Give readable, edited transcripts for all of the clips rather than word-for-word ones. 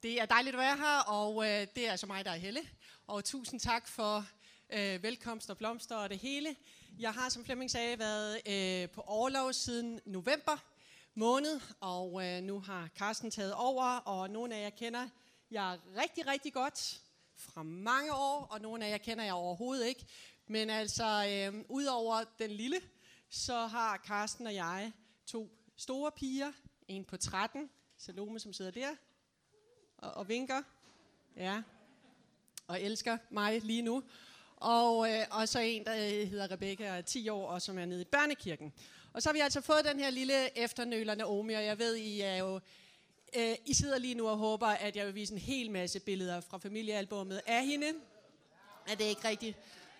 Det er dejligt at være her, og det er altså mig, der er Helle. Og tusind tak for velkomst og blomster og det hele. Jeg har, som Flemming sagde, været på orlov siden november måned, og nu har Carsten taget over, og nogle af jer kender jeg rigtig, rigtig godt fra mange år, og nogle af jer kender jeg overhovedet ikke. Men altså, udover den lille, så har Carsten og jeg 2 store piger, en på 13, Salome, som sidder der, og vinker, ja, og elsker mig lige nu. Og så en, der hedder Rebecca, og er 10 år, og som er nede i børnekirken. Og så har vi altså fået den her lille efternølende Omi, og jeg ved, I er jo... I sidder lige nu og håber, at jeg vil vise en hel masse billeder fra familiealbummet af hende. Er det ikke rigtigt?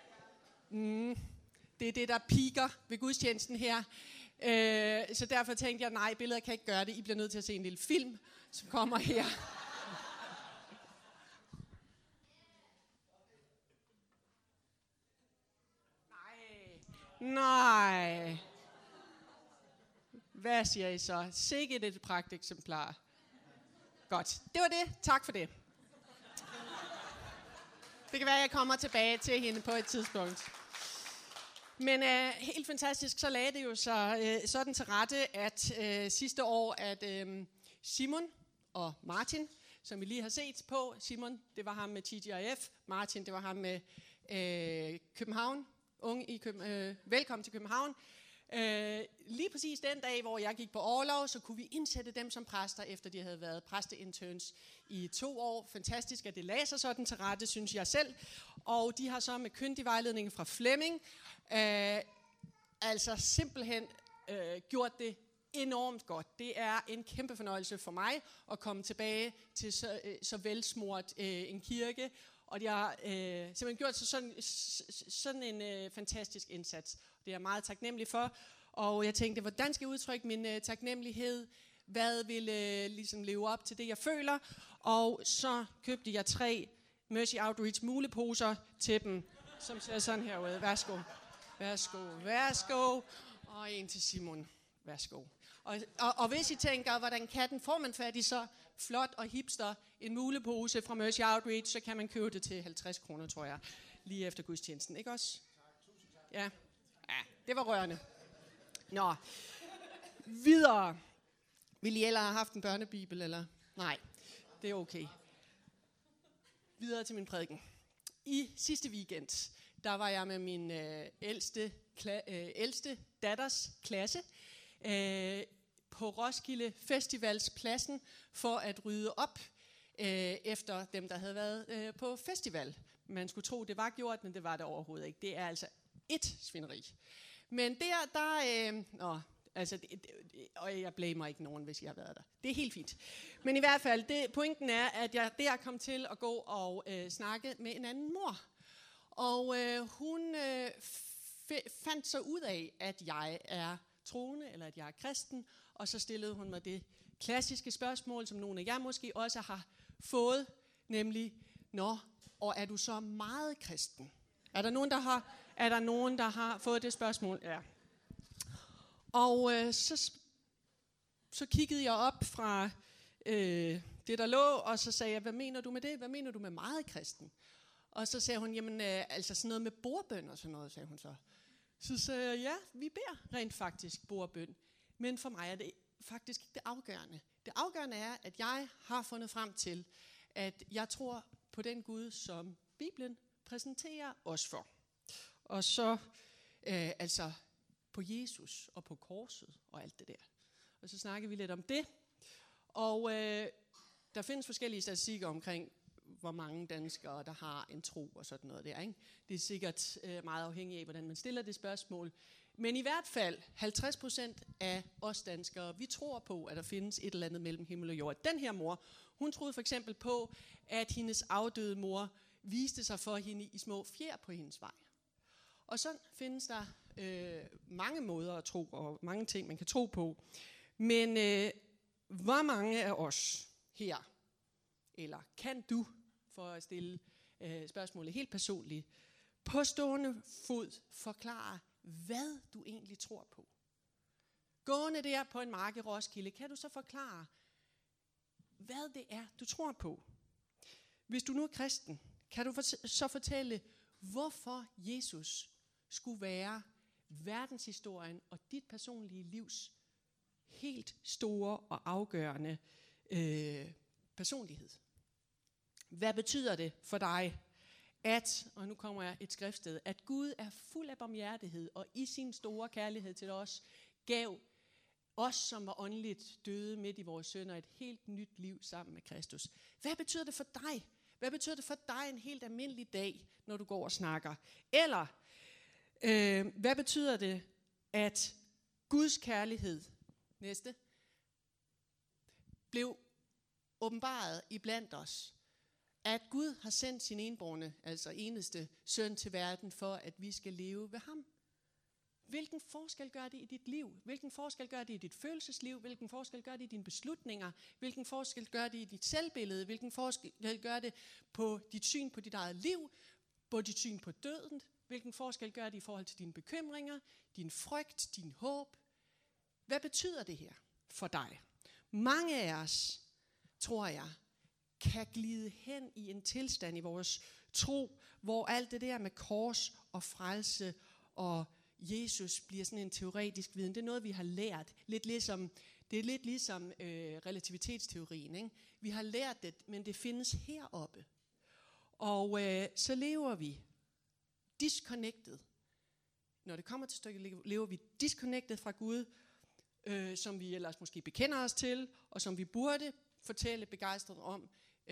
Det er det, der piker ved gudstjenesten her. Så derfor tænkte jeg, nej, billeder kan ikke gøre det. I bliver nødt til at se en lille film, som kommer her. Nej. Hvad siger I så? Sikkert et pragteksemplar. Godt. Det var det. Tak for det. Det kan være, at jeg kommer tilbage til hende på et tidspunkt. Men helt fantastisk, så lagde det jo så sådan til rette, at sidste år, at Simon og Martin, som vi lige har set på, Simon, det var ham med TGIF, Martin, det var ham med København, unge i velkommen til København. Lige præcis den dag, hvor jeg gik på orlov, så kunne vi indsætte dem som præster, efter de havde været præsteinterns i 2 år. Fantastisk, at det lagde sig sådan til rette, synes jeg selv. Og de har så med kyndig vejledning fra Flemming, altså simpelthen gjort det enormt godt. Det er en kæmpe fornøjelse for mig at komme tilbage til så velsmurt en kirke. Og de har simpelthen gjort sådan en fantastisk indsats. Det er jeg meget taknemmelig for. Og jeg tænkte, hvordan skal jeg udtrykke min taknemmelighed? Hvad vil ligesom leve op til det, jeg føler? Og så købte jeg 3 Mercy Outreach muleposer til dem, som ser sådan her ud. Værsgo. Værsgo. Værsgo. Og en til Simon. Værsgo. Og hvis I tænker, hvordan katten får man fat i så flot og hipster en mulepose fra Mercy Outreach, så kan man købe det til 50 kroner, tror jeg, lige efter gudstjenesten. Ikke også? Ja. Ja, det var rørende. Nå, videre. Vil I ellers have haft en børnebibel, eller? Nej, det er okay. Videre til min prædiken. I sidste weekend, der var jeg med min ældste datters klasse på Roskilde Festivalspladsen for at rydde op efter dem, der havde været på festival. Man skulle tro, det var gjort, men det var det overhovedet ikke. Det er altså et svineri. Men og jeg blamer ikke nogen, hvis jeg har været der. Det er helt fint. Men i hvert fald, pointen er, at jeg der kom til at gå og snakke med en anden mor. Og hun fandt så ud af, at jeg er troende, eller at jeg er kristen. Og så stillede hun mig det klassiske spørgsmål, som nogle af jer måske også har fået, nemlig, og er du så meget kristen? Er der nogen, der har fået det spørgsmål? Ja. Og så kiggede jeg op fra det, der lå, og så sagde jeg, hvad mener du med det? Hvad mener du med meget kristen? Og så sagde hun, jamen altså sådan noget med bordbøn og sådan noget, sagde hun så. Så sagde jeg, ja, vi beder rent faktisk bordbøn. Men for mig er det faktisk ikke det afgørende. Det afgørende er, at jeg har fundet frem til, at jeg tror på den Gud, som Bibelen præsenterer os for. Og så altså på Jesus og på korset og alt det der. Og så snakker vi lidt om det. Og der findes forskellige statistikker omkring, hvor mange danskere, der har en tro og sådan noget der. Ikke? Det er sikkert meget afhængigt af, hvordan man stiller det spørgsmål. Men i hvert fald 50% af os danskere, vi tror på, at der findes et eller andet mellem himmel og jord. Den her mor, hun troede for eksempel på, at hendes afdøde mor viste sig for hende i små fjer på hendes vej. Og så findes der mange måder at tro, og mange ting, man kan tro på. Men hvor mange af os her, eller kan du, for at stille spørgsmålet helt personligt, på stående fod forklare, hvad du egentlig tror på? Gående der på en mark i Roskilde, kan du så forklare, hvad det er, du tror på. Hvis du nu er kristen, kan du så fortælle, hvorfor Jesus skulle være verdenshistorien og dit personlige livs helt store og afgørende personlighed. Hvad betyder det for dig, at, og nu kommer jeg et skriftsted, at Gud er fuld af barmhjertighed og i sin store kærlighed til os, gav os, som var åndeligt døde midt i vores synder, et helt nyt liv sammen med Kristus. Hvad betyder det for dig? Hvad betyder det for dig en helt almindelig dag, når du går og snakker? Eller, hvad betyder det, at Guds kærlighed, næste, blev åbenbaret iblandt os? At Gud har sendt sin enbårne, altså eneste søn til verden, for at vi skal leve ved ham. Hvilken forskel gør det i dit liv? Hvilken forskel gør det i dit følelsesliv? Hvilken forskel gør det i dine beslutninger? Hvilken forskel gør det i dit selvbillede? Hvilken forskel gør det på dit syn på dit eget liv? På dit syn på døden? Hvilken forskel gør det i forhold til dine bekymringer, din frygt, din håb? Hvad betyder det her for dig? Mange af os, tror jeg, kan glide hen i en tilstand i vores tro, hvor alt det der med kors og frelse og Jesus bliver sådan en teoretisk viden. Det er noget, vi har lært. Det er lidt ligesom relativitetsteorien. Ikke? Vi har lært det, men det findes heroppe. Og så lever vi disconnected. Når det kommer til stykket, lever vi disconnected fra Gud, som vi ellers måske bekender os til, og som vi burde fortælle begejstret om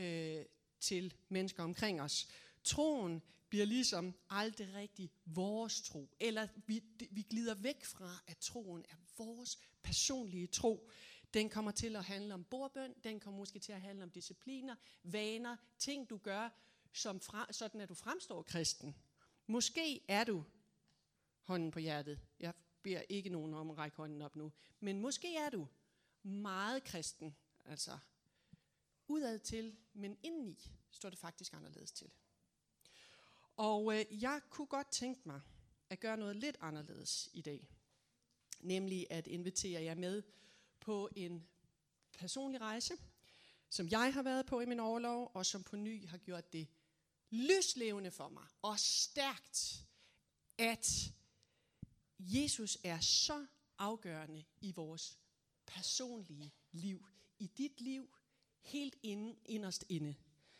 til mennesker omkring os. Troen bliver ligesom aldrig rigtig vores tro. Eller vi glider væk fra, at troen er vores personlige tro. Den kommer til at handle om bordbøn, den kommer måske til at handle om discipliner, vaner, ting du gør, sådan at du fremstår kristen. Måske er du, hånden på hjertet, jeg beder ikke nogen om at række hånden op nu, men måske er du meget kristen, altså udad til, men indeni står det faktisk anderledes til. Og jeg kunne godt tænke mig at gøre noget lidt anderledes i dag. Nemlig at invitere jer med på en personlig rejse, som jeg har været på i min orlov, og som på ny har gjort det lyslevende for mig og stærkt, at Jesus er så afgørende i vores personlige liv. I dit liv, helt inderst inde.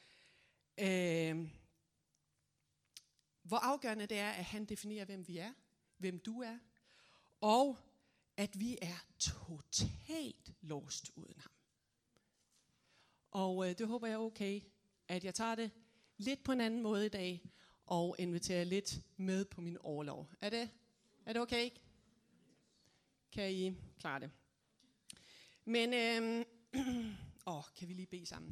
Hvor afgørende det er, at han definerer, hvem vi er, hvem du er, og at vi er totalt lost uden ham. Og det håber jeg er okay, at jeg tager det lidt på en anden måde i dag, og inviterer lidt med på min orlov. Er det okay? Kan I klare det? Men, kan vi lige bede sammen?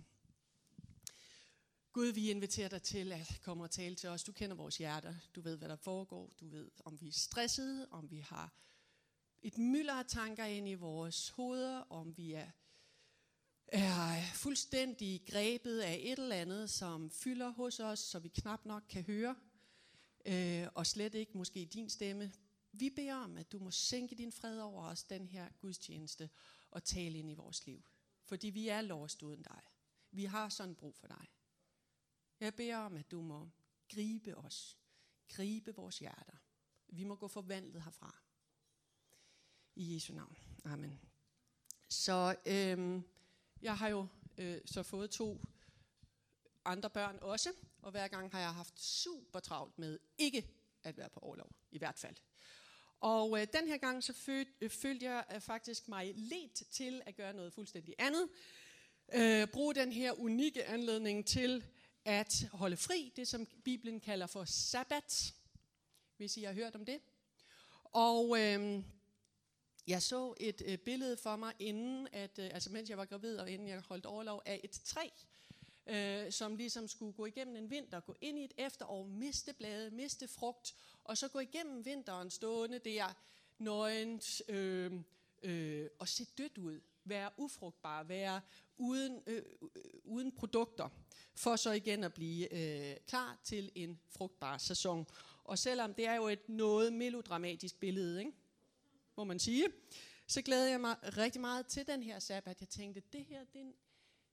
Gud, vi inviterer dig til at komme og tale til os. Du kender vores hjerter. Du ved, hvad der foregår. Du ved, om vi er stressede, om vi har et mylder af tanker ind i vores hoveder, om vi er fuldstændig grebet af et eller andet, som fylder hos os, så vi knap nok kan høre, og slet ikke måske din stemme. Vi beder om, at du må sænke din fred over os, den her gudstjeneste, og tale ind i vores liv. Fordi vi er lost uden dig. Vi har sådan brug for dig. Jeg beder om, at du må gribe os, gribe vores hjerter. Vi må gå forvandlet herfra. I Jesu navn. Amen. Så jeg har jo så fået 2 andre børn også, og hver gang har jeg haft super travlt med ikke at være på orlov, i hvert fald. Og den her gang så følte jeg faktisk mig ledt til at gøre noget fuldstændig andet. Bruge den her unikke anledning til at holde fri, det som Bibelen kalder for sabbat, hvis I har hørt om det. Og jeg så et billede for mig, mens jeg var gravid og inden jeg holdt orlov, af et træ, som ligesom skulle gå igennem en vinter, gå ind i et efterår, miste blade, miste frugt, og så gå igennem vinteren stående der nøgent og se dødt ud, være ufrugtbar, være uden produkter, for så igen at blive klar til en frugtbar sæson. Og selvom det er jo et noget melodramatisk billede, ikke? Må man sige, så glæder jeg mig rigtig meget til den her sabbat. Jeg tænkte, det her det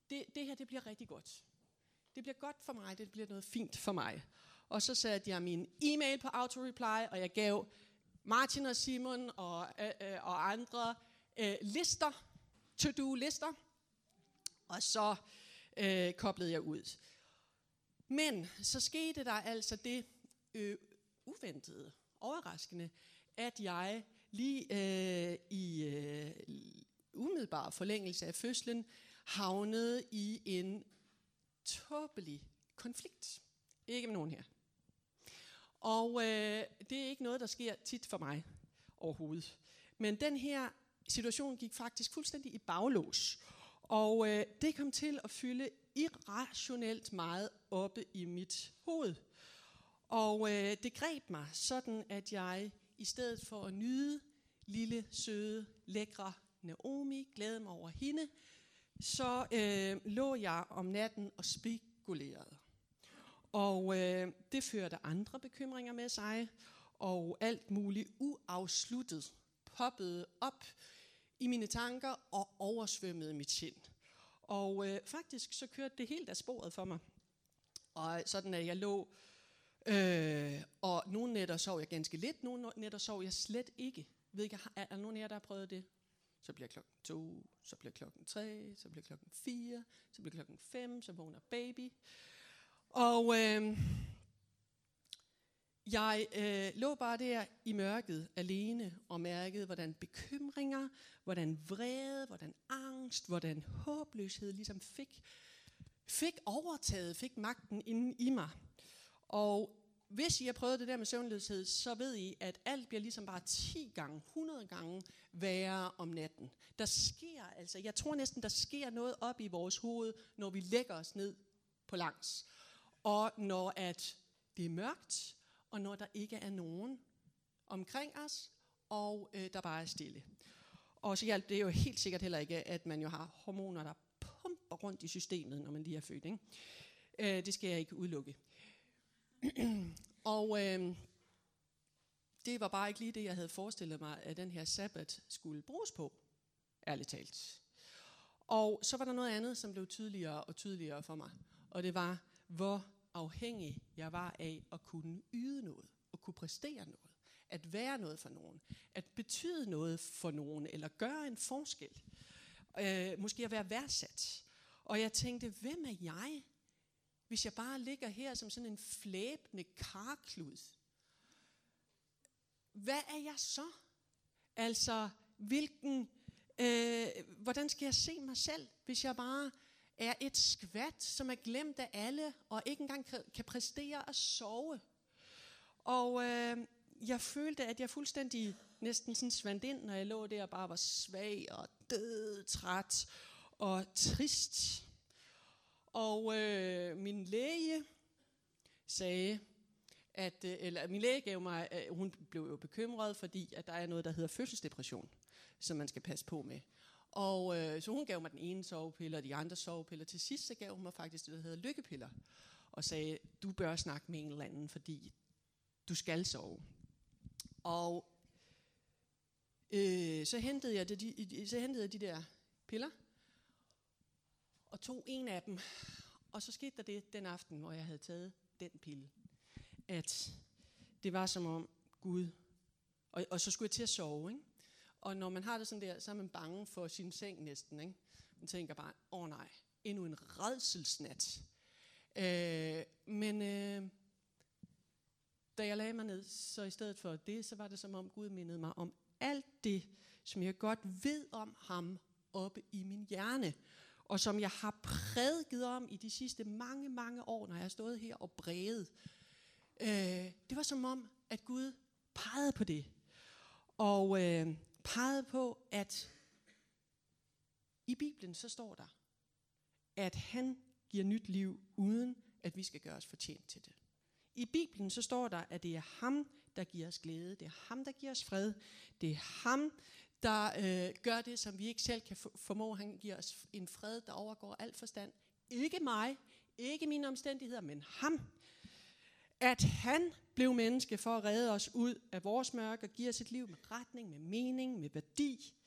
det her, det bliver rigtig godt. Det bliver godt for mig, det bliver noget fint for mig. Og så satte jeg min e-mail på auto-reply, og jeg gav Martin og Simon og andre lister, to-do-lister, og så koblede jeg ud. Men så skete der altså det uventede, overraskende, at jeg lige i umiddelbar forlængelse af fødslen havnede i en tåbelig konflikt. Ikke med nogen her. Og det er ikke noget, der sker tit for mig overhovedet. Men den her situation gik faktisk fuldstændig i baglås. Og det kom til at fylde irrationelt meget oppe i mit hoved. Og det greb mig sådan, at jeg i stedet for at nyde lille, søde, lækre Naomi, glæde mig over hende, så lå jeg om natten og spekulerede. Og det førte andre bekymringer med sig, og alt muligt uafsluttet poppede op i mine tanker og oversvømmede mit sind. Og faktisk så kørte det helt af sporet for mig. Og sådan at jeg lå, og nogle nætter sov jeg ganske lidt, nogle nætter sov jeg slet ikke. Ved ikke, er nogen af jer, der har prøvet det? Så bliver klokken 2, så bliver klokken 3, så bliver klokken 4, så bliver klokken 5, så vågner baby. Og jeg lå bare der i mørket alene og mærkede, hvordan bekymringer, hvordan vrede, hvordan angst, hvordan håbløshed ligesom fik overtaget, fik magten inde i mig. Og hvis I har prøvet det der med søvnløshed, så ved I, at alt bliver ligesom bare 10 gange, 100 gange værre om natten. Der sker altså, jeg tror næsten, der sker noget op i vores hoved, når vi lægger os ned på langs. Og når at det er mørkt, og når der ikke er nogen omkring os, og der bare er stille. Og så hjælper det jo helt sikkert heller ikke, at man jo har hormoner, der pumper rundt i systemet, når man lige er født. Ikke? Det skal jeg ikke udelukke. Og det var bare ikke lige det, jeg havde forestillet mig, at den her sabbat skulle bruges på, ærligt talt. Og så var der noget andet, som blev tydeligere og tydeligere for mig. Og det var, hvor afhængig jeg var af at kunne yde noget, at kunne præstere noget, at være noget for nogen, at betyde noget for nogen, eller gøre en forskel. Måske at være værdsat. Og jeg tænkte, hvem er jeg, hvis jeg bare ligger her som sådan en flæbende karklud? Hvad er jeg så? Altså, hvordan skal jeg se mig selv, hvis jeg bare er et skvat, som er glemt af alle, og ikke engang kan præstere at sove? Og jeg følte, at jeg fuldstændig næsten sådan svandt ind, når jeg lå der og bare var svag og dødtræt og trist. Og min læge sagde, min læge gav mig, hun blev jo bekymret, fordi at der er noget, der hedder fødselsdepression, som man skal passe på med. Og så hun gav mig den ene sovepille, og de andre sovepiller. Til sidst så gav hun mig faktisk det, der hedder lykkepiller, og sagde, du bør snakke med en eller anden, fordi du skal sove. Og så hentede jeg de der piller, og tog en af dem. Og så skete der det den aften, hvor jeg havde taget den pille, at det var som om Gud, og så skulle jeg til at sove, ikke? Og når man har det sådan der, så er man bange for sin seng næsten, ikke? Man tænker bare, nej, endnu en rædselsnat. Men da jeg lagde mig ned, så i stedet for det, så var det som om Gud mindede mig om alt det, som jeg godt ved om ham oppe i min hjerne, og som jeg har prædiket om i de sidste mange, mange år, når jeg har stået her og bræget. Det var som om, at Gud pegede på det, og pegede på, at i Bibelen så står der, at han giver nyt liv, uden at vi skal gøre os fortjent til det. I Bibelen så står der, at det er ham, der giver os glæde, det er ham, der giver os fred, det er ham, der gør det, som vi ikke selv kan formå. Han giver os en fred, der overgår al forstand. Ikke mig, ikke mine omstændigheder, men ham. At han blev menneske for at redde os ud af vores mørke og give os et liv med retning, med mening, med værdi.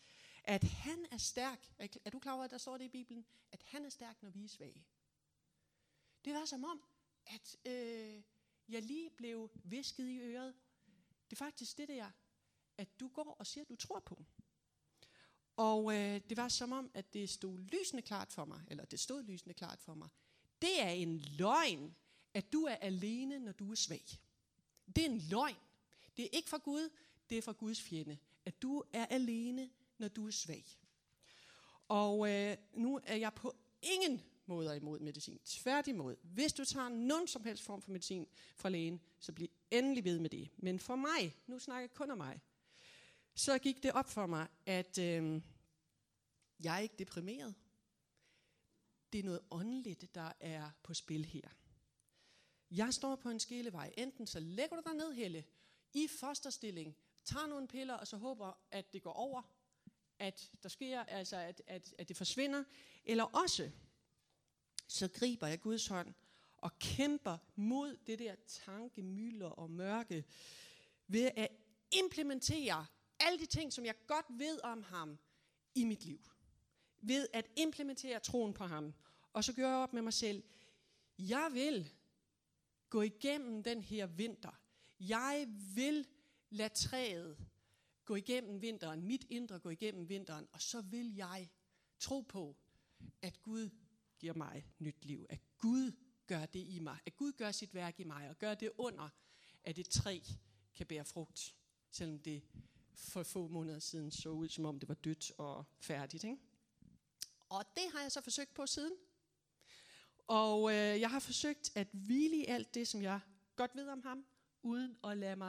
at han er stærk. Er du klar over, at der står det i Bibelen? At han er stærk, når vi er svage. Det var som om, at jeg lige blev hvisket i øret. Det er faktisk det der, at du går og siger, at du tror på. Og det var som om, at det stod lysende klart for mig, eller det stod lysende klart for mig. Det er en løgn, at du er alene, når du er svag. Det er en løgn. Det er ikke fra Gud, det er fra Guds fjende. At du er alene, når du er svag. Og nu er jeg på ingen måder imod medicin. Tværtimod. Hvis du tager nogen som helst form for medicin fra lægen, så bliv endelig ved med det. Men for mig, nu snakker jeg kun om mig, så gik det op for mig, at jeg er ikke deprimeret. Det er noget åndeligt, der er på spil her. Jeg står på en skillevej. Enten så lægger du dig ned, Helle, i fosterstilling, tager nogle piller, og så håber, at det går over, at der sker, altså at det forsvinder. Eller også, så griber jeg Guds hånd og kæmper mod det der tankemylder og mørke, ved at implementere alle de ting, som jeg godt ved om ham i mit liv. Ved at implementere troen på ham. Og så gør jeg op med mig selv, jeg vil gå igennem den her vinter. Jeg vil lade træet gå igennem vinteren, mit indre gå igennem vinteren, og så vil jeg tro på, at Gud giver mig nyt liv. At Gud gør det i mig. At Gud gør sit værk i mig, og gør det under, at et træ kan bære frugt. Selvom det for få måneder siden så ud, som om det var dødt og færdigt. Ikke? Og det har jeg så forsøgt på siden. Og jeg har forsøgt at hvile i alt det, som jeg godt ved om ham, uden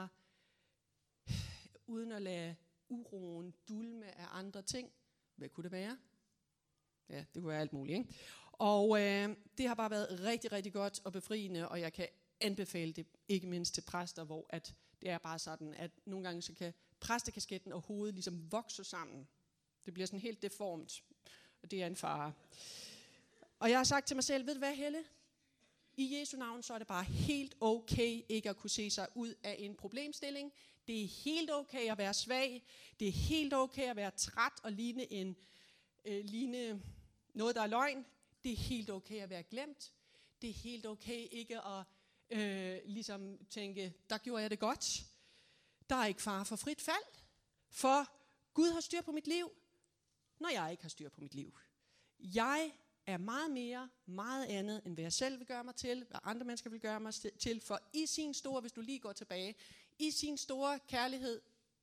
at lade uroen dulme af andre ting. Hvad kunne det være? Ja, det kunne være alt muligt. Ikke? Og det har bare været rigtig, rigtig godt og befriende, og jeg kan anbefale det ikke mindst til præster, hvor at det er bare sådan, at nogle gange så kan præstekasketten og hovedet ligesom vokse sammen. Det bliver sådan helt deformt, og det er en fare. Og jeg har sagt til mig selv, ved du hvad, Helle? I Jesu navn, så er det bare helt okay ikke at kunne se sig ud af en problemstilling. Det er helt okay at være svag. Det er helt okay at være træt og ligne noget, der er løgn. Det er helt okay at være glemt. Det er helt okay ikke at ligesom tænke, der gjorde jeg det godt. Der er ikke fare for frit fald. For Gud har styr på mit liv, når jeg ikke har styr på mit liv. Jeg er meget mere, meget andet, end hvad jeg selv vil gøre mig til, hvad andre mennesker vil gøre mig til, for i sin store, hvis du lige går tilbage, i sin store kærlighed,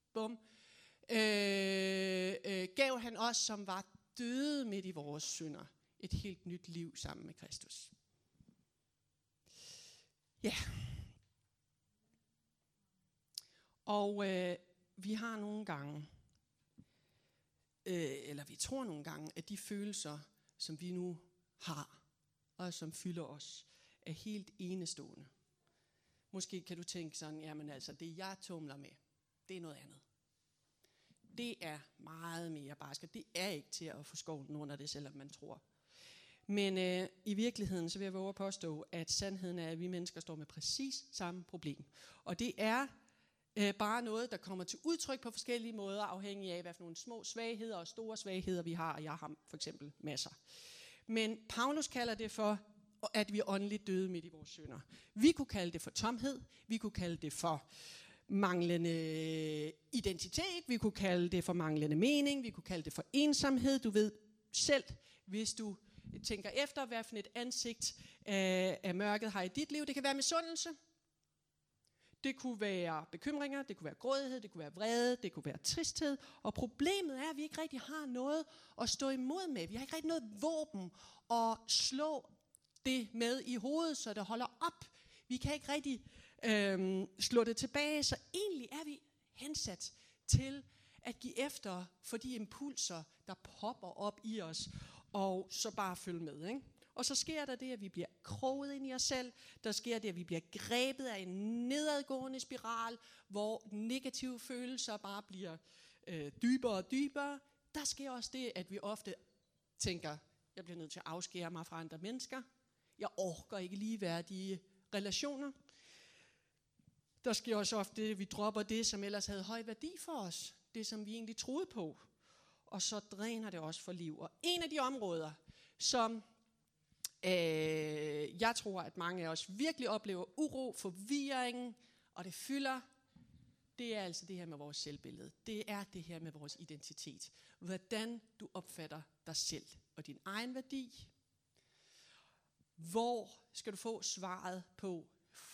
gav han os, som var døde midt i vores synder, et helt nyt liv sammen med Kristus. Ja. Og vi har nogle gange, eller vi tror nogle gange, at de følelser, som vi nu har, og som fylder os, er helt enestående. Måske kan du tænke sådan, jamen altså, det jeg tumler med, det er noget andet. Det er meget mere barsk, og det er ikke til at få skoven under det, selvom man tror. Men i virkeligheden, så vil jeg våge at påstå, at sandheden er, at vi mennesker står med præcis samme problem. Og det er bare noget, der kommer til udtryk på forskellige måder, afhængig af, hvad for nogle små svagheder og store svagheder vi har, og jeg har for eksempel masser. Men Paulus kalder det for, at vi er åndeligt døde midt i vores synder. Vi kunne kalde det for tomhed, vi kunne kalde det for manglende identitet, vi kunne kalde det for manglende mening, vi kunne kalde det for ensomhed. Du ved selv, hvis du tænker efter, hvad for et ansigt af mørket har i dit liv. Det kan være misundelse. Det kunne være bekymringer, det kunne være grådighed, det kunne være vrede, det kunne være tristhed. Og problemet er, at vi ikke rigtig har noget at stå imod med. Vi har ikke rigtig noget våben at slå det med i hovedet, så det holder op. Vi kan ikke rigtig slå det tilbage, så egentlig er vi hensat til at give efter for de impulser, der popper op i os, og så bare følge med, ikke? Og så sker der det, at vi bliver kroget ind i os selv. Der sker det, at vi bliver grebet af en nedadgående spiral, hvor negative følelser bare bliver dybere og dybere. Der sker også det, at vi ofte tænker, jeg bliver nødt til at afskære mig fra andre mennesker. Jeg orker ikke ligeværdige relationer. Der sker også ofte det, at vi dropper det, som ellers havde høj værdi for os. Det, som vi egentlig troede på. og så dræner det også for liv. Og en af de områder, som jeg tror, at mange af os virkelig oplever uro, forvirring, og det fylder, det er altså det her med vores selvbillede. Det er det her med vores identitet. Hvordan du opfatter dig selv og din egen værdi. Hvor skal du få svaret på,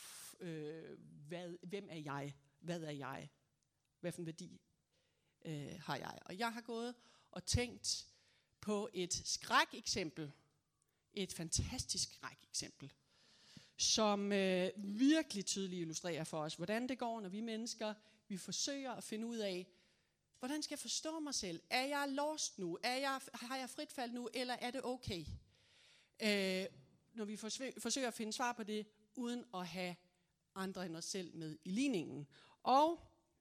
hvem er jeg? Hvad er jeg? Hvad for en værdi har jeg? Og jeg har gået og tænkt på et skrækeksempel. Et fantastisk skrækeksempel, som virkelig tydeligt illustrerer for os, hvordan det går, når vi mennesker, vi forsøger at finde ud af, hvordan skal jeg forstå mig selv? Er jeg lost nu? Har jeg frit fald nu? Eller er det okay? Når vi forsøger at finde svar på det, uden at have andre end os selv med i ligningen. Og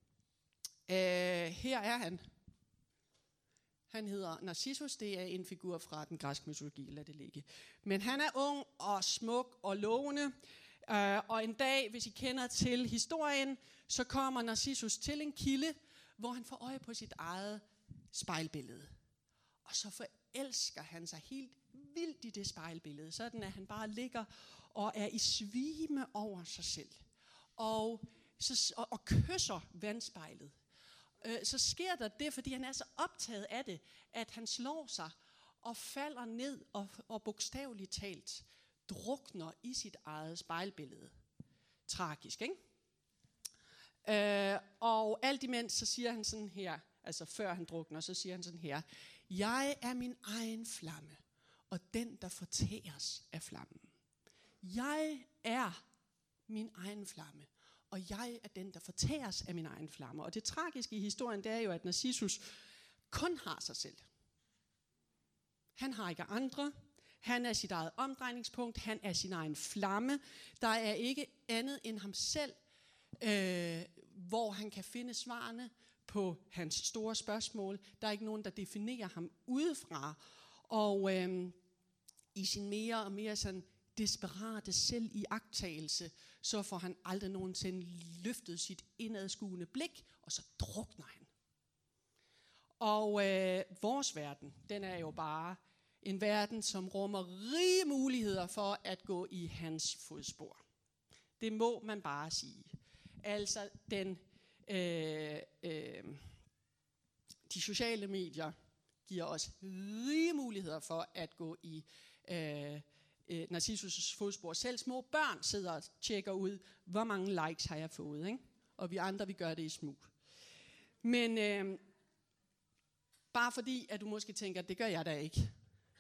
her er han. Han hedder Narcissus, det er en figur fra den græske mytologi, lad det ligge. Men han er ung og smuk og lovende, og en dag, hvis I kender til historien, så kommer Narcissus til en kilde, hvor han får øje på sit eget spejlbillede. Og så forelsker han sig helt vildt i det spejlbillede, sådan at han bare ligger og er i svime over sig selv. Og kysser vandspejlet. Så sker der det, fordi han er så optaget af det, at han slår sig og falder ned og bogstaveligt talt drukner i sit eget spejlbillede. Tragisk, ikke? Og alt imens, så siger han sådan her, altså før han drukner, så siger han sådan her: jeg er min egen flamme, og den, der fortæres af flammen. Jeg er min egen flamme, og jeg er den, der fortæres af min egen flamme. Og det tragiske i historien, det er jo, at Narcissus kun har sig selv. Han har ikke andre. Han er sit eget omdrejningspunkt. Han er sin egen flamme. Der er ikke andet end ham selv, hvor han kan finde svarene på hans store spørgsmål. Der er ikke nogen, der definerer ham udefra. Og i sin mere og mere sådan desperate selviagttagelse, så får han aldrig nogensinde løftet sit indadskuende blik, og så drukner han. Og vores verden, den er jo bare en verden, som rummer rige muligheder for at gå i hans fodspor. Det må man bare sige. Altså de sociale medier giver os rige muligheder for at gå i Narcissus' fodspor. Selv små børn sidder og tjekker ud, hvor mange likes har jeg fået, ikke? Og vi andre, vi gør det i smug. Men bare fordi, at du måske tænker, det gør jeg da ikke,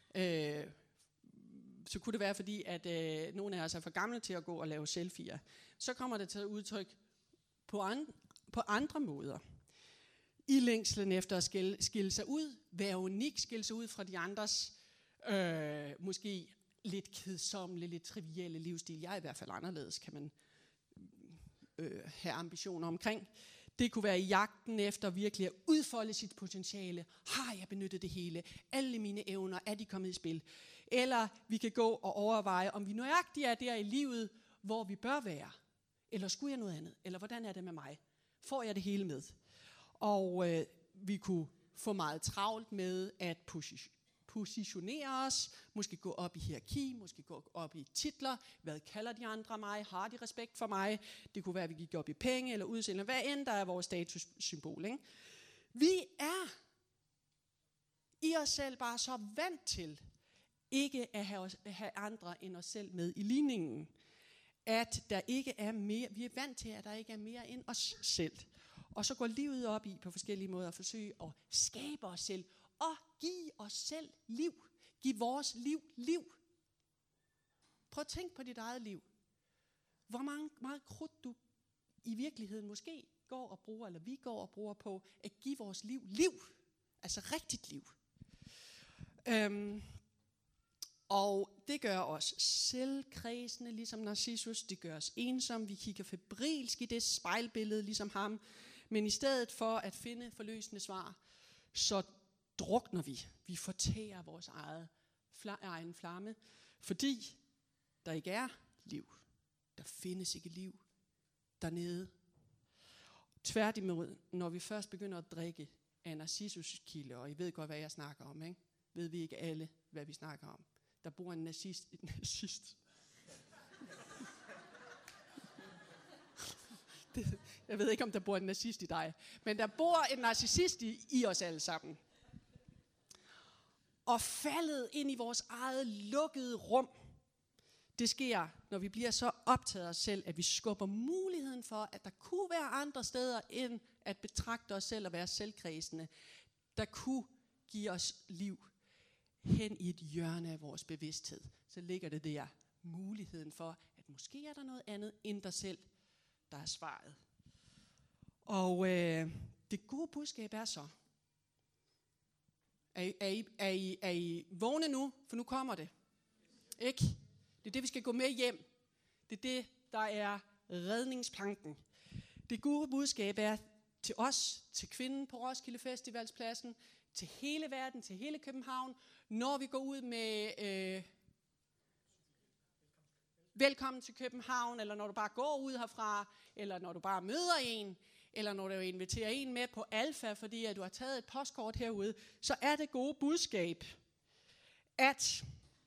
så kunne det være fordi, at nogle af os er for gamle til at gå og lave selfies. Så kommer det til at udtrykke på andre måder. I længslen efter at skille sig ud, være unik, skille sig ud fra de andres, måske lidt kedsommelige, lidt trivielle livsstil. Jeg er i hvert fald anderledes, kan man have ambitioner omkring. Det kunne være i jagten efter virkelig at udfolde sit potentiale. Har jeg benyttet det hele? Alle mine evner, er de kommet i spil? Eller vi kan gå og overveje, om vi nøjagtigt er der i livet, hvor vi bør være. Eller skulle jeg noget andet? Eller hvordan er det med mig? Får jeg det hele med? Og vi kunne få meget travlt med at positionere os, måske gå op i hierarki, måske gå op i titler. Hvad kalder de andre mig? Har de respekt for mig? Det kunne være, at vi gik op i penge eller udseende. Hvad end der er vores statussymbol, ikke? Vi er i os selv bare så vant til ikke at have andre end os selv med i ligningen. At der ikke er mere, vi er vant til, at der ikke er mere end os selv. Og så går livet op i på forskellige måder at forsøge at skabe os selv og give os selv liv. Giv vores liv. Prøv at tænke på dit eget liv. Hvor meget krudt du i virkeligheden måske går og bruger, eller vi går og bruger på at give vores liv. Altså rigtigt liv. Og det gør os selvkredsende, ligesom Narcissus. Det gør os ensomme. Vi kigger febrilsk i det spejlbillede, ligesom ham. Men i stedet for at finde forløsende svar, så drukner vi. Vi fortærer vores egen flamme, fordi der ikke er liv. Der findes ikke liv dernede. Tværtimod, når vi først begynder at drikke af Narcissus-kilde, og I ved godt, hvad jeg snakker om, ikke? Ved vi ikke alle, hvad vi snakker om? Der bor en nazist. Jeg ved ikke, om der bor en nazist i dig, men der bor en narcissist i os alle sammen. Og faldet ind i vores eget lukkede rum, det sker, når vi bliver så optaget af os selv, at vi skubber muligheden for, at der kunne være andre steder, end at betragte os selv og være selvkredsende, der kunne give os liv hen i et hjørne af vores bevidsthed. Så ligger det der muligheden for, at måske er der noget andet end dig selv, der er svaret. Og det gode budskab er så, er I vågne nu? For nu kommer det. Ikke? Det er det, vi skal gå med hjem. Det er det, der er redningsplanken. Det gode budskab er til os, til kvinden på Roskilde Festivalspladsen, til hele verden, til hele København, når vi går ud med velkommen til København, eller når du bare går ud herfra, eller når du bare møder en, eller når du inviterer en med på Alfa, fordi at du har taget et postkort herude, så er det gode budskab, at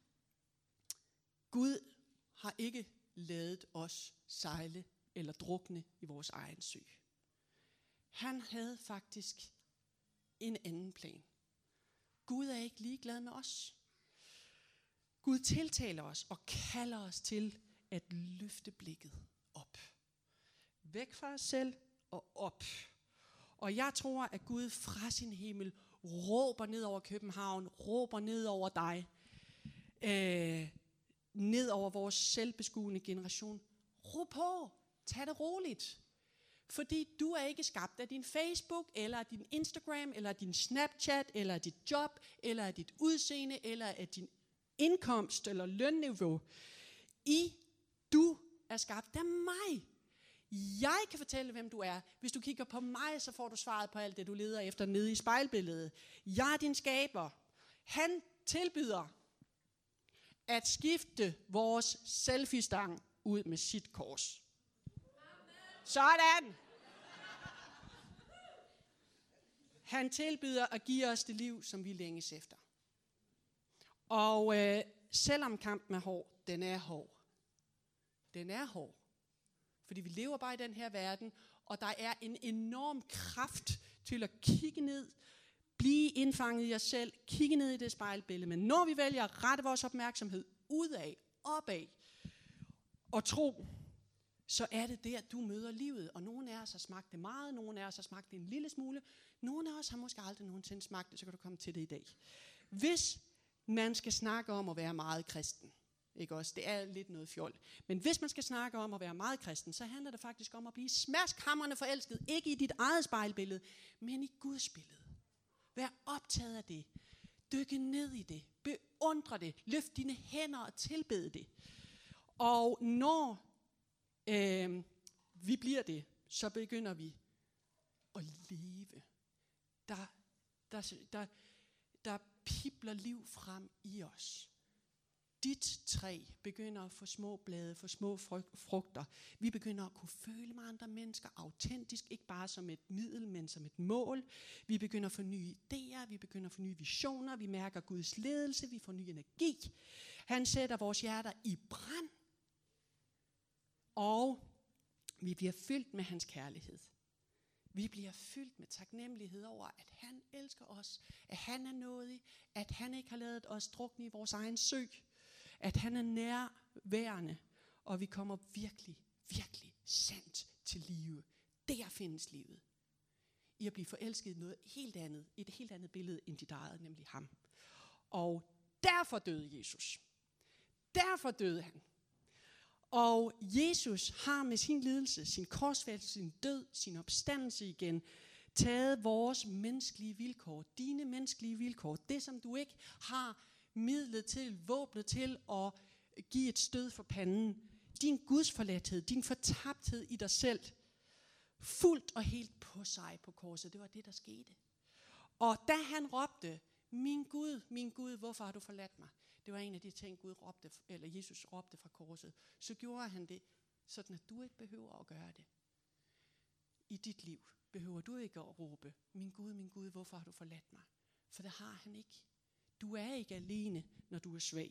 Gud har ikke ladet os sejle eller drukne i vores egen sø. Han havde faktisk en anden plan. Gud er ikke ligeglad med os. Gud tiltaler os og kalder os til at løfte blikket op. Væk fra os selv og op. Og jeg tror, at Gud fra sin himmel råber ned over København, råber ned over dig, ned over vores selvbeskuende generation. Råb på, tag det roligt. Fordi du er ikke skabt af din Facebook, eller af din Instagram, eller af din Snapchat, eller af dit job, eller af dit udseende, eller af din indkomst eller lønniveau. Du er skabt af mig. Jeg kan fortælle, hvem du er. Hvis du kigger på mig, så får du svaret på alt det, du leder efter nede i spejlbilledet. Jeg er din skaber. Han tilbyder at skifte vores selfie-stang ud med sit kors. Sådan! Han tilbyder at give os det liv, som vi længes efter. Og selvom kampen er hård, den er hård. Den er hård. Fordi vi lever bare i den her verden, og der er en enorm kraft til at kigge ned, blive indfanget i os selv, kigge ned i det spejlbillede. Men når vi vælger at rette vores opmærksomhed udad, opad og tro, så er det der, du møder livet. Og nogle af os har smagt det meget, nogle af os har smagt det en lille smule, nogle af os har måske aldrig nogensinde smagt det, så kan du komme til det i dag. Hvis man skal snakke om at være meget kristen, ikke også? Det er lidt noget fjol. Men hvis man skal snakke om at være meget kristen, så handler det faktisk om at blive smaskhamrende forelsket. Ikke i dit eget spejlbillede, men i Guds billede. Vær optaget af det. Dykke ned i det. Beundre det. Løft dine hænder og tilbede det. Og når vi bliver det, så begynder vi at leve. Der pibler liv frem i os. Dit træ begynder at få små blade, få små frugter. Vi begynder at kunne føle med andre mennesker autentisk, ikke bare som et middel, men som et mål. Vi begynder at få nye idéer, vi begynder at få nye visioner, vi mærker Guds ledelse, vi får ny energi. Han sætter vores hjerter i brand, og vi bliver fyldt med hans kærlighed. Vi bliver fyldt med taknemmelighed over, at han elsker os, at han er nådig, at han ikke har ladet os drukne i vores egen sø, at han er nærværende, og vi kommer virkelig, virkelig sandt til live. Der findes livet. I at blive forelsket i noget helt andet, et helt andet billede end dit eget, nemlig ham. Og derfor døde Jesus. Derfor døde han. Og Jesus har med sin lidelse, sin korsfældelse, sin død, sin opstandelse igen, taget vores menneskelige vilkår, dine menneskelige vilkår, det som du ikke har midlet til, våbnet til at give et stød for panden, din gudsforladthed, din fortabthed i dig selv, fuldt og helt på sig på korset. Det var det, der skete. Og da han råbte, min Gud, hvorfor har du forladt mig? Det var en af de ting, Jesus råbte fra korset. Så gjorde han det, sådan at du ikke behøver at gøre det i dit liv. behøver du ikke at råbe, min Gud, hvorfor har du forladt mig? For det har han ikke. Du er ikke alene, når du er svag.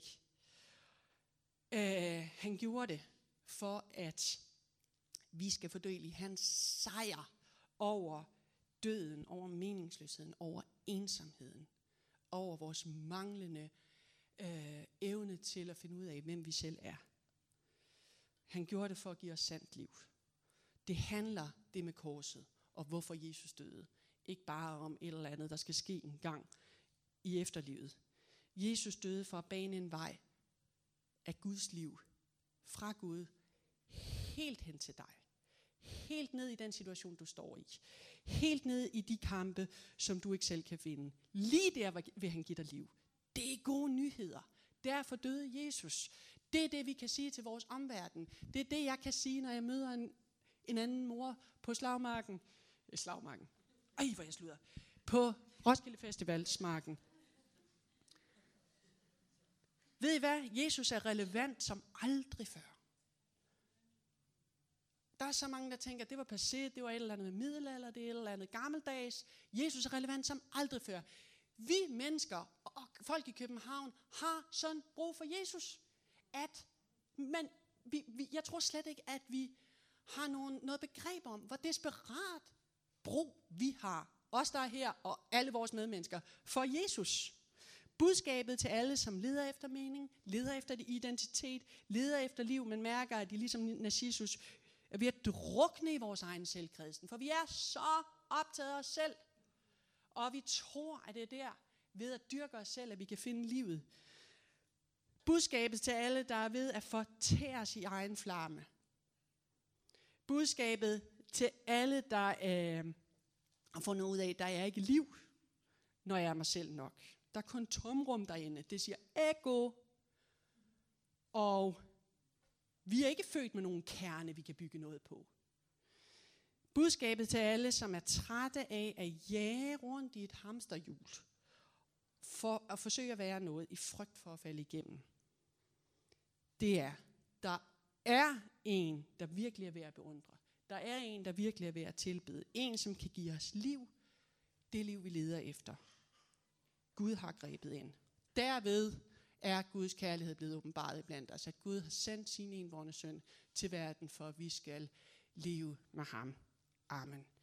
Han gjorde det for, at vi skal fordele i hans sejr over døden, over meningsløsheden, over ensomheden, over vores manglende evne til at finde ud af, hvem vi selv er. Han gjorde det for at give os sandt liv. Det handler det med korset, og hvorfor Jesus døde. Ikke bare om et eller andet, der skal ske en gang i efterlivet. Jesus døde for at bane en vej af Guds liv, fra Gud, helt hen til dig. Helt ned i den situation, du står i. Helt ned i de kampe, som du ikke selv kan finde. Lige der vil han give dig liv. Det er gode nyheder. Derfor døde Jesus. Det er det, vi kan sige til vores omverden. Det er det, jeg kan sige, når jeg møder en anden mor på slagmarken. Ej, hvor jeg slutter. På Roskilde Festivalsmarken. Ved I hvad? Jesus er relevant som aldrig før. Der er så mange, der tænker, at det var passé, det var et eller andet med middelalder, det er et eller andet gammeldags. Jesus er relevant som aldrig før. Vi mennesker og folk i København har sådan brug for Jesus. Jeg tror slet ikke, at vi har noget begreb om, hvor desperat brug vi har. Os, der er her, og alle vores medmennesker, for Jesus. Budskabet til alle, som leder efter mening, leder efter identitet, leder efter liv, men mærker, at de ligesom Narcissus er ved at drukne i vores egen selvkristen. For vi er så optaget af os selv. Og vi tror, at det er der, ved at dyrke os selv, at vi kan finde livet. Budskabet til alle, der er ved at fortæres i egen flamme. Budskabet til alle, der har fundet ud af, at der er ikke liv, når jeg er mig selv nok. Der er kun tomrum derinde. Det siger ego. Og vi er ikke født med nogen kerne, vi kan bygge noget på. Budskabet til alle, som er trætte af at jage rundt i et hamsterhjul, for at forsøge at være noget i frygt for at falde igennem. Det er, der er en, der virkelig er værd at beundre. Der er en, der virkelig er værd at tilbede. En, som kan give os liv. Det liv, vi leder efter. Gud har grebet ind. Derved er Guds kærlighed blevet åbenbaret iblandt os. At Gud har sendt sin enbårne søn til verden, for at vi skal leve med ham. Amen.